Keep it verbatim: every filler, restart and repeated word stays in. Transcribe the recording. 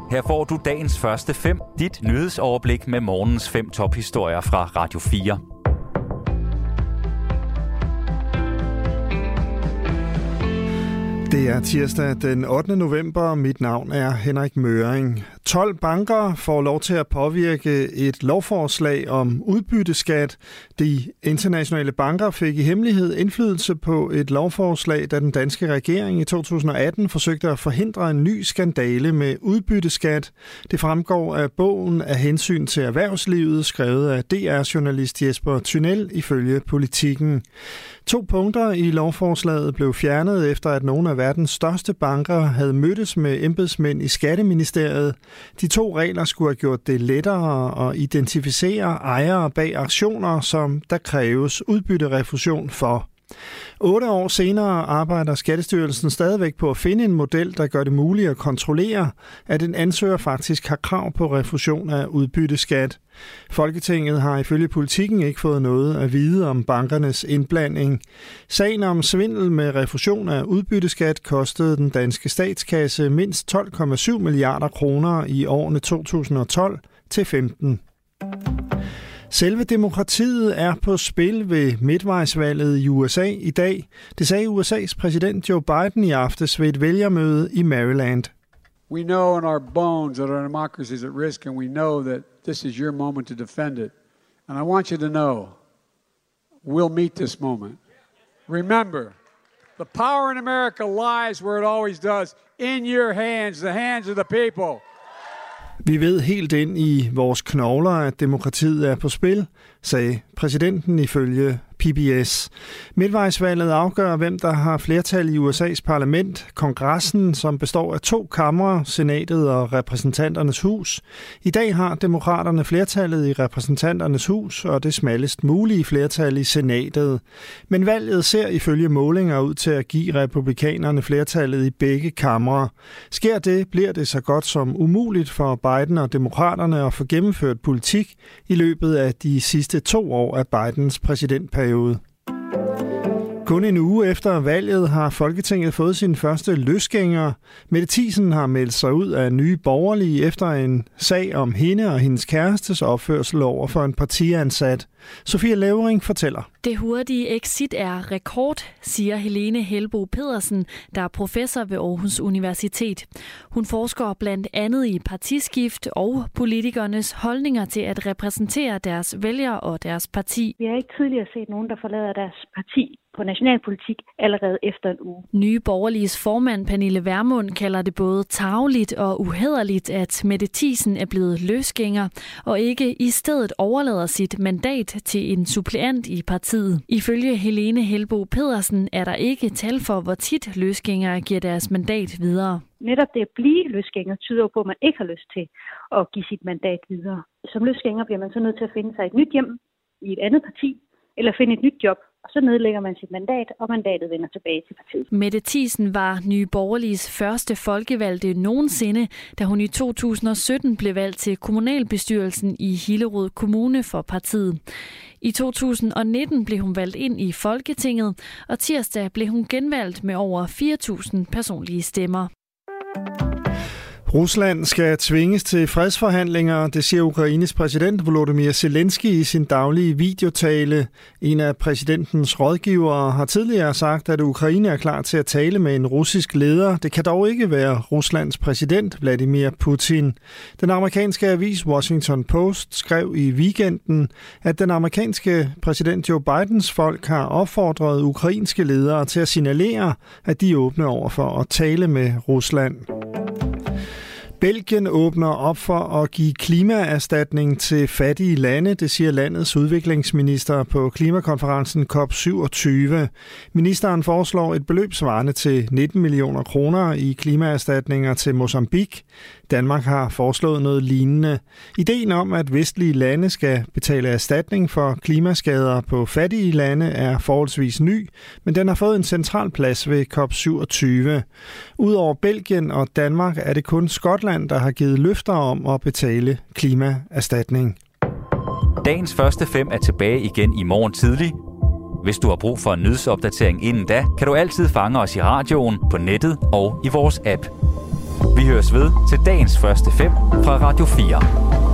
Her får du dagens første fem, dit nyhedsoverblik med morgens fem tophistorier fra Radio fire. Det er tirsdag den ottende november. Mit navn er Henrik Møring. tolv banker får lov til at påvirke et lovforslag om udbytteskat. De internationale banker fik i hemmelighed indflydelse på et lovforslag, da den danske regering i to tusind og atten forsøgte at forhindre en ny skandale med udbytteskat. Det fremgår af bogen Af hensyn til erhvervslivet, skrevet af D R-journalist Jesper Tynell ifølge Politikken. To punkter i lovforslaget blev fjernet efter, at nogle af verdens største banker havde mødtes med embedsmænd i Skatteministeriet. De to regler skulle have gjort det lettere at identificere ejere bag aktioner, som der kræves udbytterefusion for. Otte år senere arbejder Skattestyrelsen stadigvæk på at finde en model, der gør det muligt at kontrollere, at en ansøger faktisk har krav på refusion af udbytteskat. Folketinget har ifølge Politikken ikke fået noget at vide om bankernes indblanding. Sagen om svindel med refusion af udbytteskat kostede den danske statskasse mindst tolv komma syv milliarder kroner i årene to tusind og tolv til femten. Selve demokratiet er på spil ved midtvejsvalget i U S A i dag. Det sagde U S A's præsident Joe Biden i aftes ved et vælgermøde i Maryland. We know in our bones that our democracy is at risk, and we know that this is your moment to defend it. And I want you to know, we'll meet this moment. Remember, the power in America lies where it always does, in your hands, the hands of the people. Vi ved helt ind i vores knogler, at demokratiet er på spil, sagde præsidenten ifølge P B S. Midtvejsvalget afgør, hvem der har flertal i U S A's parlament, kongressen, som består af to kamre, senatet og repræsentanternes hus. I dag har demokraterne flertallet i repræsentanternes hus og det smallest mulige flertal i senatet. Men valget ser ifølge målinger ud til at give republikanerne flertallet i begge kamre. Sker det, bliver det så godt som umuligt for Biden og demokraterne at få gennemført politik i løbet af de sidste to år af Bidens præsidentperiode. Kun en uge efter valget har Folketinget fået sin første løsgænger. Mette Thiesen har meldt sig ud af Nye Borgerlige efter en sag om hende og hendes kærestes opførsel over for en partiansat. Sofie Levering fortæller. Det hurtige exit er rekord, siger Helene Helbo Pedersen, der er professor ved Aarhus Universitet. Hun forsker blandt andet i partiskift og politikernes holdninger til at repræsentere deres vælgere og deres parti. Vi har ikke tidligere set nogen, der forlader deres parti på nationalpolitik allerede efter en uge. Nye Borgerliges formand Pernille Vermund kalder det både tarveligt og uhæderligt, at Mette Thiesen er blevet løsgænger og ikke i stedet overlader sit mandat til en suppleant i partiet. Ifølge Helene Helbo Pedersen er der ikke tal for, hvor tit løsgængere giver deres mandat videre. Netop det at blive løsgænger tyder på, at man ikke har lyst til at give sit mandat videre. Som løsgænger bliver man så nødt til at finde sig et nyt hjem i et andet parti, eller finde et nyt job. Og så nedlægger man sit mandat, og mandatet vender tilbage til partiet. Mette Thiesen var Nye Borgerliges første folkevalgte nogensinde, da hun i to tusind og sytten blev valgt til kommunalbestyrelsen i Hillerød Kommune for partiet. I to tusind og nitten blev hun valgt ind i Folketinget, og tirsdag blev hun genvalgt med over fire tusind personlige stemmer. Rusland skal tvinges til fredsforhandlinger, det siger Ukraines præsident Volodymyr Zelensky i sin daglige videotale. En af præsidentens rådgivere har tidligere sagt, at Ukraine er klar til at tale med en russisk leder. Det kan dog ikke være Ruslands præsident Vladimir Putin. Den amerikanske avis Washington Post skrev i weekenden, at den amerikanske præsident Joe Bidens folk har opfordret ukrainske ledere til at signalere, at de er åbne over for at tale med Rusland. Belgien åbner op for at give klimaerstatning til fattige lande, det siger landets udviklingsminister på klimakonferencen COP syvogtyve. Ministeren foreslår et beløb svarende til nitten millioner kroner i klimaerstatninger til Mozambique. Danmark har foreslået noget lignende. Ideen om, at vestlige lande skal betale erstatning for klimaskader på fattige lande er forholdsvis ny, men den har fået en central plads ved COP syvogtyve. Udover Belgien og Danmark er det kun Skotland, der har givet løfter om at betale klimaerstatning. Dagens første fem er tilbage igen i morgen tidlig. Hvis du har brug for en nyhedsopdatering inden da, kan du altid fange os i radioen, på nettet og i vores app. Vi høres ved til dagens første fem fra Radio fire.